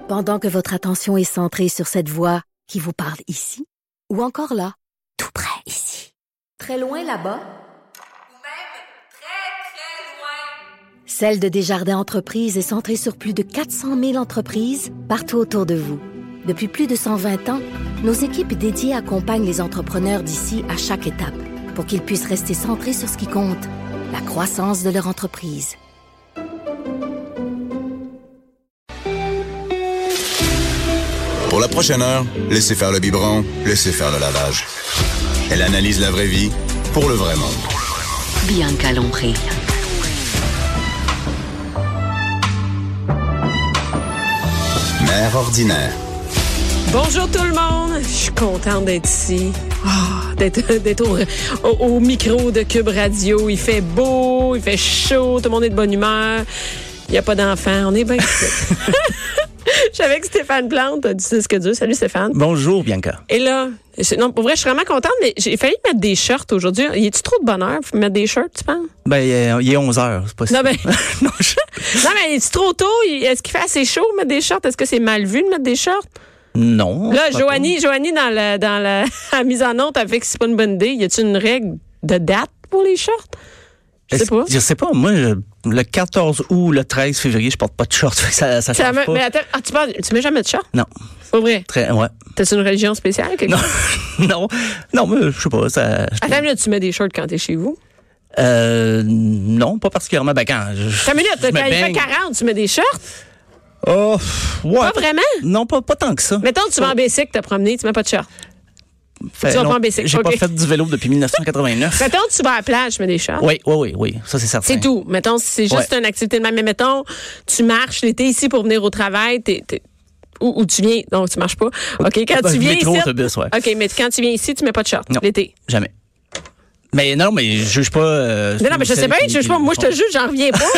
Pendant que votre attention est centrée sur cette voix qui vous parle ici, ou encore là, tout près ici, très loin là-bas, ou même très, très loin, Celle de Desjardins Entreprises est centrée sur plus de 400 000 entreprises partout autour de vous. Depuis plus de 120 ans, nos équipes dédiées accompagnent les entrepreneurs d'ici à chaque étape pour qu'ils puissent rester centrés sur ce qui compte, la croissance de leur entreprise. Pour la prochaine heure, laissez faire le biberon, laissez faire le lavage. Elle analyse la vraie vie pour le vrai monde. Bianca Lompré. Mère ordinaire. Bonjour tout le monde, je suis contente d'être ici, d'être au micro de Cube Radio. Il fait beau, il fait chaud, tout le monde est de bonne humeur. Il n'y a pas d'enfants, on est bien ici. Je suis avec Stéphane Plante du Disque dur. Salut Stéphane. Bonjour Bianca. Et là, non, pour vrai, je suis vraiment contente, mais j'ai failli mettre des shirts aujourd'hui. Y a-tu trop de bonheur pour mettre des shirts, tu penses? Ben, il est 11h, c'est pas ça. Non, non, mais est-tu trop tôt? Est-ce qu'il fait assez chaud de mettre des shirts? Est-ce que c'est mal vu de mettre des shirts? Non. Là, Joanie, dans la mise en note, elle fait que c'est pas une bonne idée. Y a-t-il une règle de date pour les shorts? Je sais pas. Moi, le 14 août, le 13 février, je porte pas de shorts. Ça change pas. Mais attends, tu mets jamais de shorts? Non. Pas vrai? Ouais. T'as-tu une religion spéciale? Non, mais je sais pas. Attends, là, tu mets des shorts quand t'es chez vous? Non, pas particulièrement. Ben, quand il fait 40, tu mets des shorts? Oh, ouais. Pas vraiment? Non, pas tant que ça. Mettons que tu vas en bicycle, t'as promené, tu mets pas de shorts. Tu vas pas en bicycle. J'ai pas fait du vélo depuis 1989. Mettons que tu vas à la plage, tu mets des shorts. Oui. Ça, c'est certain. C'est tout. Mettons, c'est juste une activité de même. Mais mettons, tu marches l'été ici pour venir au travail, où tu viens. Donc, tu marches pas. OK, quand tu viens ici. Autobus, ouais. OK, mais quand tu viens ici, tu mets pas de shorts l'été. Jamais. Mais non, mais je juge pas. Non, mais je sais bien, je juge pas. Moi, je te juge, j'en reviens pas.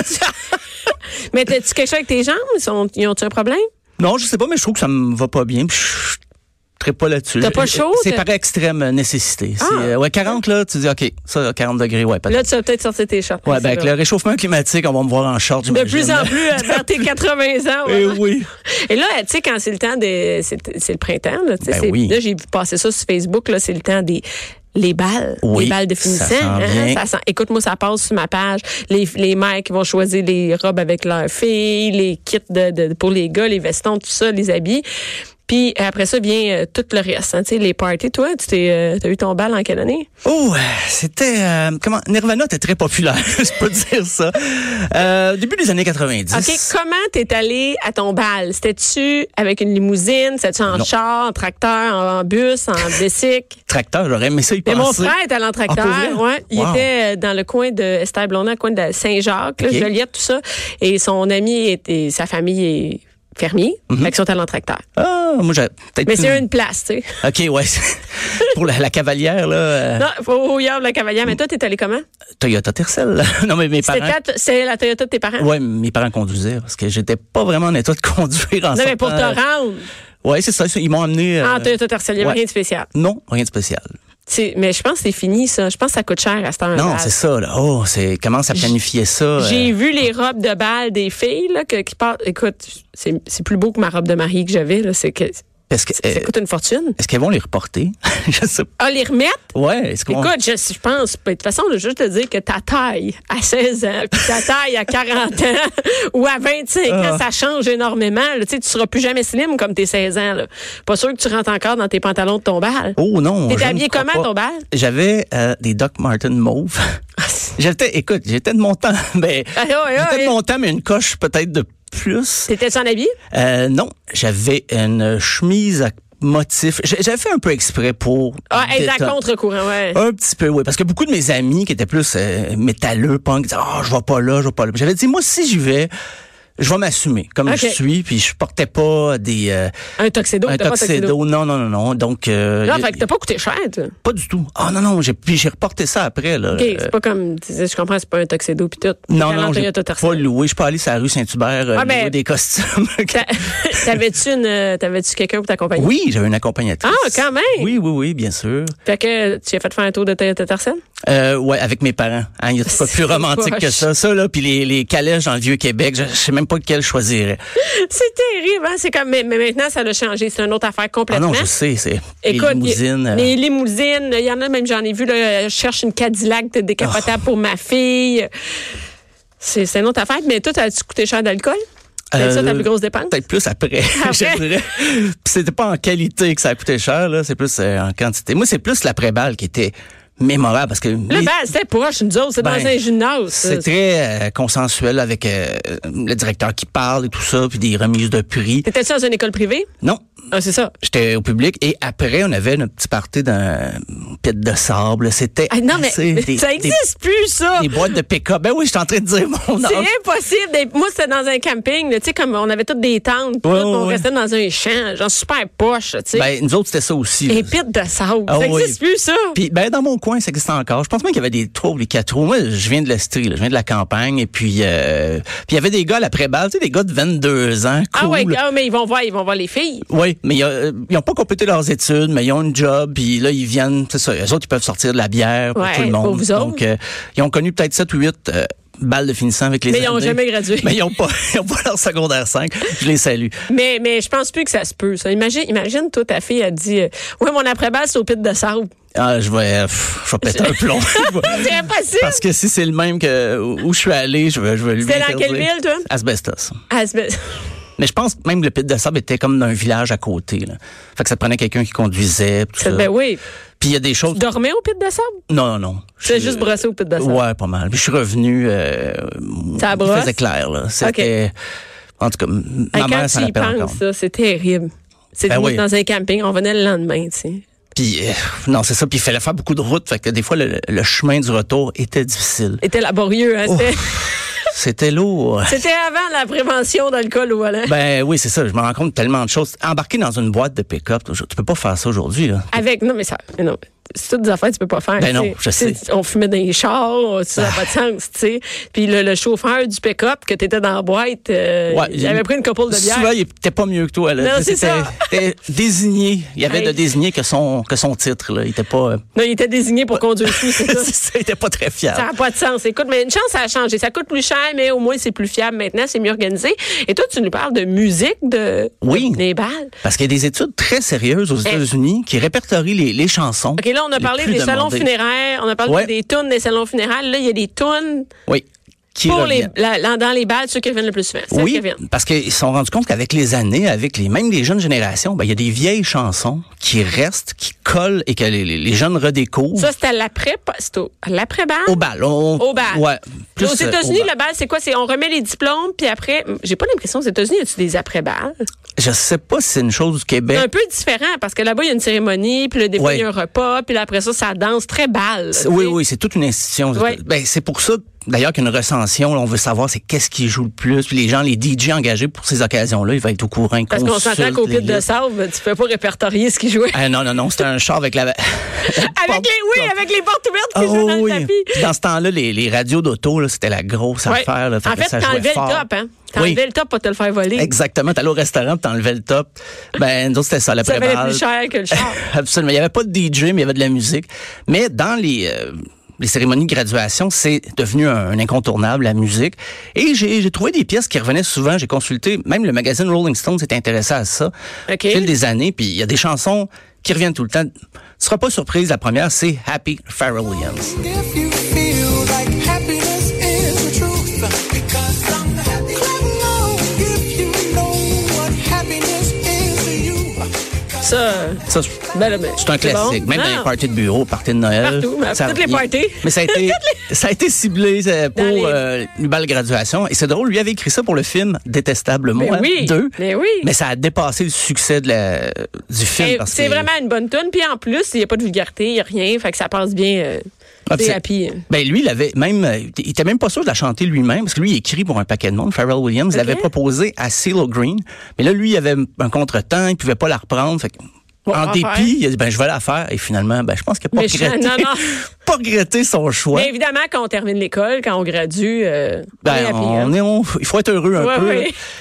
Mais t'as-tu quelque chose avec tes jambes? Ils ont-tu un problème? Non, je sais pas, mais je trouve que ça me va pas bien. Puis je serais pas là-dessus. T'as pas chaud? C'est par extrême nécessité. C'est, 40, là, tu dis, OK, ça, 40 degrés, ouais, peut-être. Là, tu vas peut-être sortir tes shorts. Ouais, ben, avec le réchauffement climatique, on va me voir en short, de plus en plus, vers tes 80 ans. Ouais. Oui. Et là, tu sais, quand c'est le temps c'est le printemps, là, tu sais, oui. Là, j'ai vu passer ça sur Facebook, là, c'est le temps les balles, les balles de finissant. Ça sent. Écoute, moi, ça passe sur ma page. Les mères qui vont choisir les robes avec leurs filles, les kits pour les gars, les vestons, tout ça, les habits. Puis après ça vient tout le reste, tu sais, les parties. Toi, t'as eu ton bal en quelle année? Oh, c'était Nirvana était très populaire, je peux dire ça. Début des années 90. OK, comment t'es allé à ton bal? C'était-tu avec une limousine? C'était-tu en char, en tracteur, en bus, en bicycle? Tracteur, j'aurais aimé ça y passer. Mais mon frère était allé en tracteur. Ouais. Il était dans le coin de Esther Blondin, le coin de Saint-Jacques, là, Joliette, tout ça. Et son ami et sa famille est fermier, fait qu'ils sont allés en tracteur. Ah, moi, j'ai peut-être... Mais c'est une place, tu sais. OK, ouais. Pour la cavalière, là... Non, faut y avoir la cavalière. Mais toi, t'es allé comment? Toyota Tercel. Non, mais mes parents... C'est la Toyota de tes parents? Oui, mes parents conduisaient, parce que j'étais pas vraiment en état de conduire en sortant. Non, mais pour te rendre... Oui, c'est ça. Ils m'ont amené... En Toyota Tercel, il n'y avait rien de spécial? Non, rien de spécial. Mais je pense que c'est fini, ça. Je pense que ça coûte cher à ce temps-là. Non, c'est ça, là. Oh, commence à planifier ça. J'ai vu les robes de bal des filles, là, qui partent. Écoute, c'est plus beau que ma robe de mariée que j'avais, là. Ça coûte une fortune. Est-ce qu'elles vont les reporter? Je sais pas. Ah, les remettre? Ouais. Écoute, je pense, de toute façon, je veux juste te dire que ta taille à 16 ans, puis ta taille à 40 ans ou à 25 ans, ça change énormément. Tu sais, tu seras plus jamais slim comme tes 16 ans. Là. Pas sûr que tu rentres encore dans tes pantalons de ton bal. Oh non. T'es habillé comment à ton bal? J'avais des Doc Marten mauve. J'étais de mon temps. J'étais de mon temps, mais une coche peut-être de plus. T'étais-tu en habit? Non, j'avais une chemise à motif. J'avais fait un peu exprès pour... être à contre-courant, ouais. Un petit peu, oui. Parce que beaucoup de mes amis qui étaient plus métalleux, punk, disaient « je vais pas là. » J'avais dit, moi, si j'y vais... Je vais m'assumer comme je suis, puis je portais pas des... un tuxedo? Un tuxedo, non. Donc... là, fait que t'as pas coûté cher, toi? Pas du tout. Ah non, j'ai reporté ça après, là. OK, c'est pas comme... Je comprends, c'est pas un tuxedo puis tout. Non, j'ai pas loué. Je suis pas allé sur la rue Saint-Hubert louer des costumes. T'avais-tu quelqu'un pour t'accompagner? Oui, j'avais une accompagnatrice. Ah, quand même? Oui, bien sûr. Fait que tu as fait faire un tour de Toyota Tercel? Ouais, avec mes parents. Il y a pas plus romantique que ça. Ça, là, puis les calèches dans le Vieux-Québec, je sais même même pas lequel je choisirais. C'est terrible, hein? C'est comme, mais maintenant, ça a changé. C'est une autre affaire complètement. Ah non, je sais, c'est écoute, les limousines. Les limousines, il y en a même, j'en ai vu, là, je cherche une Cadillac décapotable pour ma fille. C'est une autre affaire. Mais toi, as-tu coûté cher d'alcool? C'est ça ta plus grosse dépense? Peut-être plus après. Je dirais. Puis c'était pas en qualité que ça a coûté cher, là. C'est plus en quantité. Moi, c'est plus l'après-balle qui était mémorable parce que le bal, c'était proche, nous autres, c'est dans un gymnase. C'est très consensuel avec le directeur qui parle et tout ça, puis des remises de prix. T'étais-tu dans une école privée? Non. Ah, c'est ça. J'étais au public et après, on avait notre petit party d'un pit de sable. C'était non, mais ça existe plus, ça. Des boîtes de pick-up. Ben oui, je suis en train de dire mon âge. C'est impossible. Moi, c'était dans un camping. Tu sais, comme on avait toutes des tentes. On restait dans un champ, genre super poche. Tu sais. Ben, nous autres, c'était ça aussi. Un pit de sable. Ça existe plus, ça. Puis, ben, dans mon coin, ça existe encore. Je pense même qu'il y avait des 3 ou des 4 roues. Moi, je viens de l'Estrie, je viens de la campagne. Et puis, il y avait des gars à l'après-balle, tu sais, des gars de 22 ans. Cool. Mais ils vont voir les filles. Oui, mais ils ont pas complété leurs études, mais ils ont une job, puis là, ils viennent, c'est ça, eux autres, ils peuvent sortir de la bière pour tout le monde. Pour vous autres. Donc, ils ont connu peut-être 7 ou 8 balles de finissant avec les années. Mais ils n'ont jamais gradué. Mais ils n'ont pas leur secondaire 5. Je les salue. Mais je pense plus que ça se peut, ça. Imagine, toi, ta fille a dit, oui, mon après-balle, c'est au pit de sable. Ah, je vais péter un plomb. C'est impossible. Parce que si c'est le même que où je suis allé, je vais lui C'était dans quelle ville, toi? Asbestos. Mais je pense même que le pit de sable était comme d'un village à côté. Là. Fait que ça prenait quelqu'un qui conduisait. Tout ça. Ben oui. Puis il y a des choses. Tu dormais au pit de sable? Non. Tu juste brossé au pit de sable? Ouais, pas mal. Puis je suis revenu. Ça brosse? Il faisait clair, là. C'était. En tout cas, ma mère, ça rappelle encore. Ça, c'est terrible. C'est dans un camping. On venait le lendemain, tu sais. Puis, non, c'est ça. Puis il fallait faire beaucoup de routes. Fait que des fois, le chemin du retour était difficile. Était laborieux, hein? C'était lourd. C'était avant la prévention d'alcool au volant. Ben oui, c'est ça. Je me rends compte de tellement de choses. Embarquer dans une boîte de pick-up, tu peux pas faire ça aujourd'hui, là. Non, c'est toutes des affaires que tu peux pas faire. Ben non, je sais. On fumait dans les chars, ça n'a pas de sens, tu sais. Puis le chauffeur du pick-up, que t'étais dans la boîte, il avait pris une couple de bière. Souvent, il était pas mieux que toi, là. Non, c'est ça. C'était désigné. Il y avait de désigné que son titre, là. Il était pas... Non, il était désigné pour conduire fou, c'est ça. Il était pas très fiable. Ça n'a pas de sens. Écoute, mais une chance, ça a changé. Ça coûte plus cher, mais au moins, c'est plus fiable maintenant. C'est mieux organisé. Et toi, tu nous parles de musique, des balles. Parce qu'il y a des études très sérieuses aux États-Unis qui répertorient les chansons. OK, là, on a parlé des salons funéraires. On a parlé des tunes des salons funéraires. Là, il y a des tunes. Oui. Dans les balles, ceux qui reviennent le plus souvent. Oui, parce qu'ils se sont rendus compte qu'avec les années, même les jeunes générations, il y a des vieilles chansons qui restent, qui collent et que les jeunes redécouvrent. Ça, c'est à l'après-balle? Au bal. Au bal. Ouais. Aux États-Unis, le bal, c'est quoi? On remet les diplômes, puis après, j'ai pas l'impression, aux États-Unis, y a-tu des après-balles? Je sais pas si c'est une chose du Québec. C'est un peu différent, parce que là-bas, il y a une cérémonie, puis des fois, il y a un repas, puis après ça danse très balle. Oui, c'est toute une institution. Ouais. C'est pour ça, d'ailleurs, qu'il y a une recension. Là, on veut savoir c'est qu'est-ce qui joue le plus. Puis les gens, les DJ engagés pour ces occasions-là, ils vont être au courant. Parce qu'on s'entend qu'au pit de sable, tu peux pas répertorier ce qu'ils jouaient. Non, c'était un char avec la... avec les portes ouvertes qui jouent dans le tapis. Puis dans ce temps-là, les radios d'auto, là, c'était la grosse affaire. Là, en fait, t'enlevais le top, hein? T'enlevais le top pour te le faire voler. Exactement. T'allais au restaurant, t'enlevais le top. Ben, nous autres, c'était ça, l'après-balle. Ça valait plus cher que le char. Absolument. Il n'y avait pas de DJ, mais il y avait de la musique. Mais dans les cérémonies de graduation, c'est devenu un incontournable, la musique. Et j'ai trouvé des pièces qui revenaient souvent. J'ai consulté, même le magazine Rolling Stone s'est intéressé à ça au fil des années. Puis il y a des chansons qui reviennent tout le temps. Tu seras pas surprise, la première, c'est Happy Pharrell Williams. Ça c'est un classique. Bon. Même dans les parties de bureau, parties de Noël. Partout, toutes les parties. Mais ça a été ciblé pour une belle graduation. Et c'est drôle, lui avait écrit ça pour le film Détestable Moi 2. Mais ça a dépassé le succès du film. C'est vraiment une bonne tune. Puis en plus, il n'y a pas de vulgarité, il n'y a rien. Fait que ça passe bien. C'est happy. Ben lui, il était même pas sûr de la chanter lui-même parce que lui, il écrit pour un paquet de monde. Pharrell Williams, il l'avait proposé à CeeLo Green, mais là, lui, il avait a un contretemps, il pouvait pas la reprendre. Fait que, en dépit, il a dit je vais la faire et finalement, je pense qu'il n'a pas regretté son choix. Mais évidemment, quand on termine l'école, quand on gradue, il faut être heureux un peu. Oui.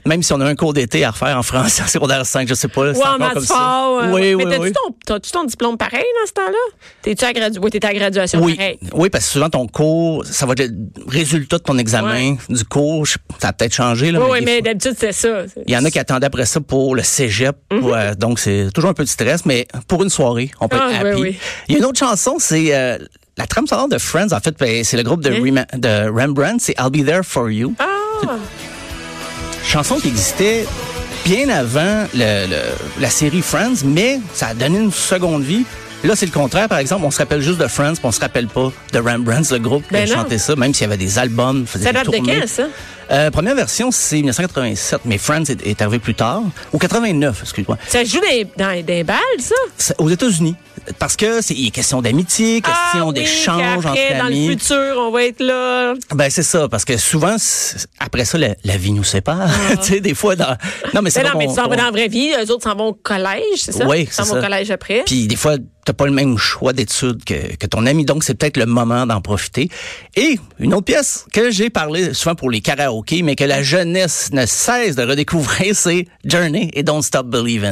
Même si on a un cours d'été à refaire en français en secondaire 5, je sais pas. Là, ouais, en maths fort. Oui, mais oui, t'as-tu ton diplôme pareil dans ce temps-là? T'étais à graduation pareil? Oui, parce que souvent ton cours, ça va être le résultat de ton examen du cours. Ça a peut-être changé. Là, Oui, mais d'habitude, c'est ça. Il y en a qui attendaient après ça pour le cégep. Donc, c'est toujours un peu de stress, mais pour une soirée, on peut être happy. Oui. Il y a une autre chanson, c'est la trame sonore de Friends. En fait, c'est le groupe de Rembrandt. C'est I'll Be There For You. Chanson qui existait bien avant la série Friends, mais ça a donné une seconde vie. Là, c'est le contraire. Par exemple, on se rappelle juste de Friends, puis on se rappelle pas de Rembrandt, le groupe qui a chanté ça, même s'il y avait des albums, faisait des tournées. Ça date de quand, ça? Première version, c'est 1987, mais Friends est arrivé plus tard. Ou 89, excuse-moi. Ça joue dans des balles, ça? Aux États-Unis. Parce que il est question d'amitié, question d'échange entre amis. Dans le futur, on va être là. Ben, c'est ça. Parce que souvent, après ça, la vie nous sépare. Tu sais, des fois, non, mais c'est mais tu s'en vas dans la vraie vie. Eux autres s'en vont au collège, c'est ça? Oui, c'est ça. Ils s'en vont au collège après. Puis, des fois, t'as pas le même choix d'études que ton ami. Donc, c'est peut-être le moment d'en profiter. Et une autre pièce que j'ai parlé souvent pour les karaokés, mais que la jeunesse ne cesse de redécouvrir, c'est Journey et Don't Stop Believin'.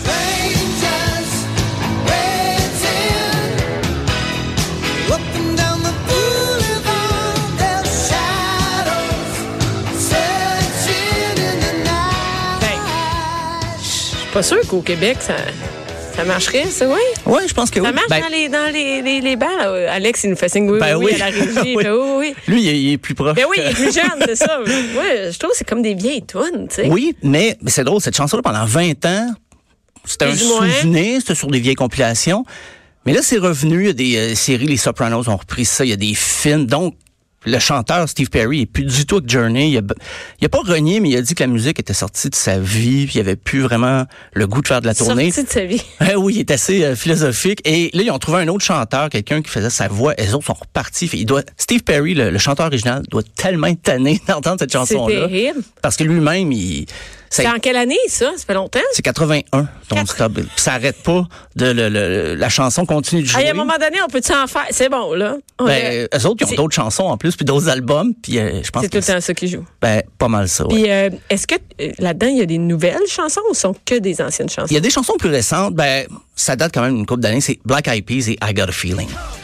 Pas sûr qu'au Québec, ça marcherait, ça, oui? Oui, je pense que oui. Ça marche dans les balles. Alex, il nous fait signe oui à la régie. oui. Lui, il est plus proche. Ben oui, il est plus jeune, c'est ça. Ouais, je trouve que c'est comme des vieilles tunes, tu sais. Oui, mais c'est drôle, cette chanson-là, pendant 20 ans, c'était un souvenir, c'était sur des vieilles compilations. Mais là, c'est revenu, il y a des séries, les Sopranos ont repris ça, il y a des films, donc le chanteur Steve Perry est plus du tout avec Journey. Il a pas renié, mais il a dit que la musique était sortie de sa vie, puis il avait plus vraiment le goût de faire de la tournée. Sortie de sa vie. Oui, il est assez philosophique. Et là, ils ont trouvé un autre chanteur, quelqu'un qui faisait sa voix. Les autres sont repartis. Steve Perry, le chanteur original, doit tellement être tanné d'entendre cette chanson-là. C'est terrible. Parce que lui-même, c'est en quelle année, ça? Ça fait longtemps? C'est 81, Don't Stop. Ça arrête pas la chanson continue de jouer. À un moment donné, on peut-tu en faire? C'est bon, là. Eux autres, ils ont d'autres chansons en plus, puis d'autres albums, puis je pense c'est tout le temps ça qui joue. Pas mal ça, Puis, est-ce que là-dedans, il y a des nouvelles chansons ou sont que des anciennes chansons? Il y a des chansons plus récentes, ça date quand même d'une couple d'années, c'est Black Eyed Peas et I Got a Feeling.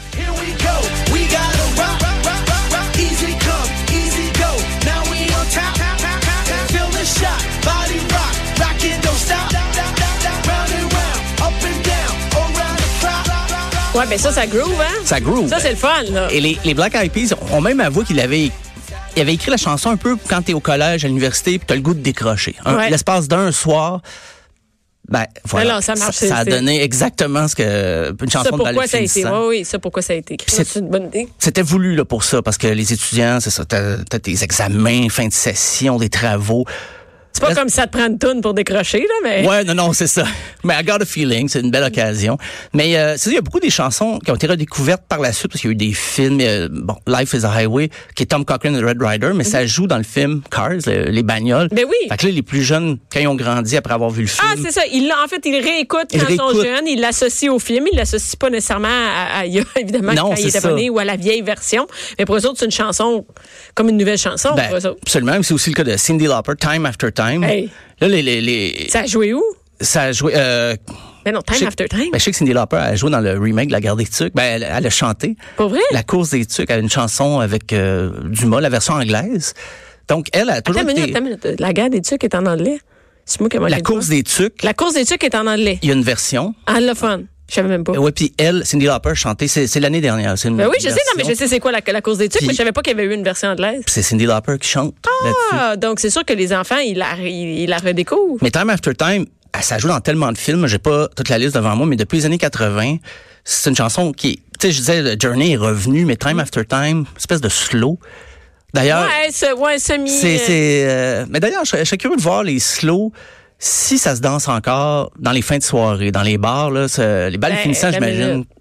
Ouais, ben ça groove, hein? Ça groove. Ça, c'est le fun, là. Et les Black Eyed Peas ont même avoué qu'il avait écrit la chanson un peu quand t'es au collège, à l'université, puis t'as le goût de décrocher. L'espace d'un soir, voilà. Alors, ça marche. Ça a donné exactement une chanson de ballet finissant. Oui, ça, pourquoi ça a été écrit. C'est une bonne idée. C'était voulu, là, pour ça, parce que les étudiants, c'est ça, t'as tes examens, fin de session, des travaux. C'est pas comme ça te prend une toune pour décrocher, là, mais... Ouais, non, c'est ça. Mais I Got a Feeling, c'est une belle occasion. Mais il y a beaucoup des chansons qui ont été redécouvertes par la suite, parce qu'il y a eu des films, Life is a Highway, qui est Tom Cochrane et Red Ryder, mais ça joue dans le film Cars, les bagnoles. Ben oui. Fait que là, les plus jeunes, quand ils ont grandi après avoir vu le film... Ah, c'est ça. Ils réécoutent quand ils sont jeunes, ils l'associent au film, ils l'associent pas nécessairement évidemment, quand il était pas né, ou à la vieille version. Mais pour eux autres, c'est une chanson comme une nouvelle chanson. Pour eux autres. Absolument. C'est aussi le cas de Cyndi Lauper, Time After Time. Hey. Là, Ça a joué où? Ça a joué... Mais non, Time After Time. Je sais que Cyndi Lauper a joué dans le remake de La Guerre des Tucs. Elle a chanté. Pour vrai? La course des Tucs, elle a une chanson avec Dumas, la version anglaise. Donc, elle a toujours été... Attends une minute. La Guerre des Tucs est en anglais? C'est moi qui ai manqué. La course des Tucs. La course des Tucs est en anglais. Il y a une version. Anglophone. Je savais même pas. Oui, puis Cyndi Lauper chantait, c'est l'année dernière. Oui, je sais, mais je sais c'est quoi la course des Tucs, mais je savais pas qu'il y avait eu une version anglaise. C'est Cyndi Lauper qui chante là-dessus. Donc c'est sûr que les enfants, ils la redécouvrent. Mais Time After Time, ça joue dans tellement de films, j'ai pas toute la liste devant moi, mais depuis les années 80, c'est une chanson qui, tu sais, je disais, Journey est revenu, mais Time After Time, une espèce de slow. D'ailleurs, semi. Mais d'ailleurs, je serais curieux de voir les slows. Si ça se danse encore dans les fins de soirée, dans les bars, là, les balles finissants, j'imagine.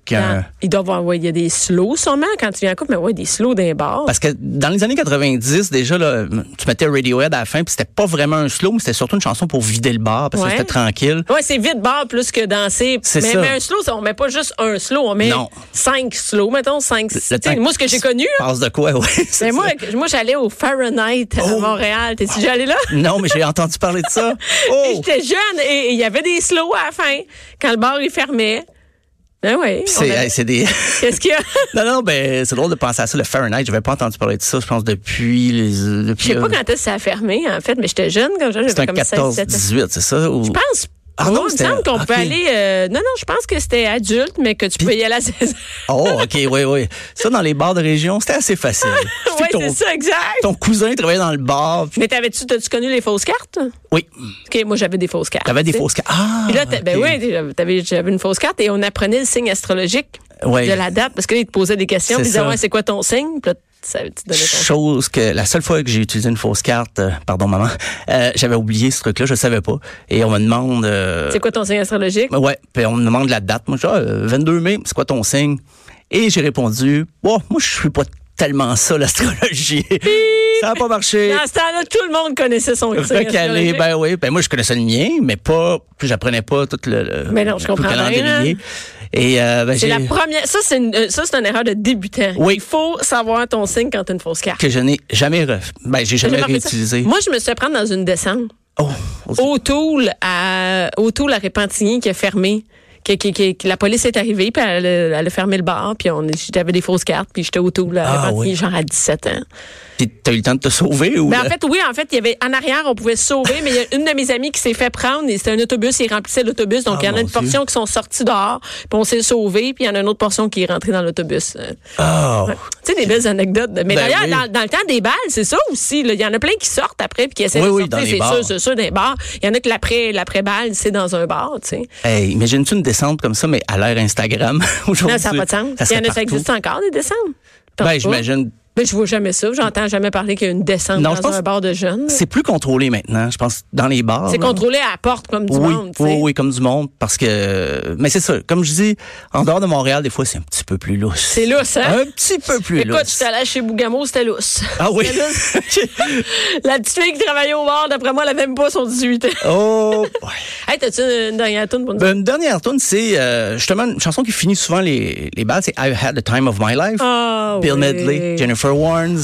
Il doit y a des slows sûrement quand tu viens en couple, mais des slows d'un bar. Parce que dans les années 90, déjà, là, tu mettais Radiohead à la fin, puis c'était pas vraiment un slow, mais c'était surtout une chanson pour vider le bar, parce que c'était tranquille. Ouais, c'est vide bar plus que danser. Mais un slow, on met pas juste un slow, on met 5 slows, mettons 5. Moi, ce que j'ai connu. Passe de quoi, oui. Moi, j'allais au Fahrenheit à Montréal. T'es-tu déjà allé là? Non, mais j'ai entendu parler de ça. J'étais jeune et il y avait des slows à la fin, quand le bar il fermait. Ben oui. C'est des. Qu'est-ce qu'il y a? Non, c'est drôle de penser à ça, le Fahrenheit. J'avais pas entendu parler de ça, je pense, depuis. Je sais pas quand est-ce que ça a fermé, en fait, mais j'étais jeune quand j'avais comme 14-18, c'est ça? Je pense. Il me semble qu'on peut aller... non, je pense que c'était adulte, mais que tu peux y aller à 16 ans. Oh, OK, oui. Ça, dans les bars de région, c'était assez facile. Oui, c'est ça, exact. Ton cousin travaillait dans le bar. Mais t'as-tu connu les fausses cartes? Oui. OK, moi, j'avais des fausses cartes. T'avais des fausses cartes? Ah! Puis là, j'avais une fausse carte et on apprenait le signe astrologique de la date, parce que là, ils te posaient des questions, ils disaient, c'est quoi ton signe? Puis là, chose que la seule fois que j'ai utilisé une fausse carte, pardon maman, j'avais oublié ce truc-là, je savais pas. Et on me demande... c'est quoi ton signe astrologique? Ouais, puis on me demande la date. Moi, je dis, 22 mai, c'est quoi ton signe? Et j'ai répondu, moi, je suis pas tellement ça, l'astrologie. Ça n'a pas marché. Dans ce temps-là, tout le monde connaissait son signe astrologique. Ben oui, moi, je connaissais le mien, mais pas... Puis j'apprenais pas tout le mais non, je comprends calendrier. Et c'est la première. Ça, c'est une erreur de débutant. Oui. Il faut savoir ton signe quand tu as une fausse carte. Que je n'ai jamais j'ai jamais réutilisé. Moi, je me suis fait prendre dans une descente. O'Toole à Repentigny qui a fermé. La police est arrivée, puis elle a fermé le bar, puis j'avais des fausses cartes, puis j'étais O'Toole à Repentigny, genre à 17 ans. Puis t'as eu le temps de te sauver ou? Ben en fait, il y avait en arrière, on pouvait se sauver, mais il y a une de mes amies qui s'est fait prendre et c'était un autobus, il remplissait l'autobus, donc il y en a une portion qui sont sortis dehors, puis on s'est sauvés, puis il y en a une autre portion qui est rentrée dans l'autobus. Tu sais, des belles anecdotes. Mais d'ailleurs, dans le temps des balles, c'est ça aussi. Il y en a plein qui sortent après puis qui essaient de sortir, c'est sûr, dans les bars. Il y en a que l'après-balle, c'est dans un bar, tu sais. Hey, imagine-tu une descente comme ça, mais à l'ère Instagram aujourd'hui? Non, ça n'a pas de sens. Ça existe encore, des descentes? Ben, j'imagine... Mais je vois jamais ça. J'entends jamais parler qu'il y a une descente dans un bar de jeunes. C'est plus contrôlé maintenant, je pense, dans les bars. C'est contrôlé à la porte comme du monde. Oui, comme du monde. Parce que, mais c'est ça. Comme je dis, en dehors de Montréal, des fois, c'est un petit peu plus lousse. C'est lousse, hein? Un petit peu plus lousse. Écoute, j'étais allée chez Bougamo, c'était lousse. Ah oui? La petite fille qui travaillait au bar, d'après moi, elle avait même pas son 18 ans. Oh! Ouais. Hey, t'as-tu une dernière toune pour nous? Une dernière toune, c'est justement une chanson qui finit souvent les balles. C'est I Had the Time of My Life. Bill Medley, Jennifer Warnes.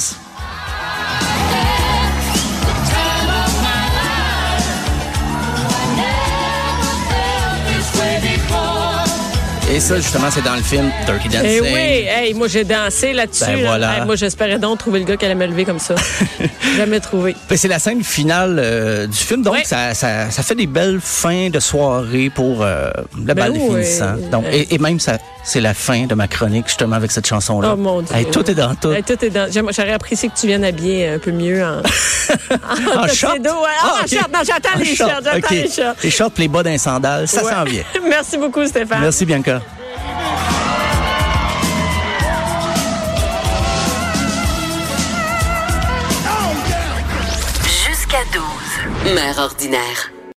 Et ça, justement, c'est dans le film Dirty Dancing. Eh oui, moi j'ai dansé là-dessus. Ben voilà. Moi j'espérais donc trouver le gars qui allait me lever comme ça. Jamais trouvé. Ben, c'est la scène finale du film, donc ça fait des belles fins de soirée pour le bal des finissants. Donc, et même ça, c'est la fin de ma chronique justement avec cette chanson-là. Oh mon Dieu. Hey, tout est dans tout. Tout est dans. J'aurais apprécié que tu viennes habiller un peu mieux en short. En short. Non, j'attends les shorts. Les shorts, les bas d'un sandal, ça s'en vient. Merci beaucoup, Stéphane. Merci, Bianca. Jusqu'à 12. Mère ordinaire.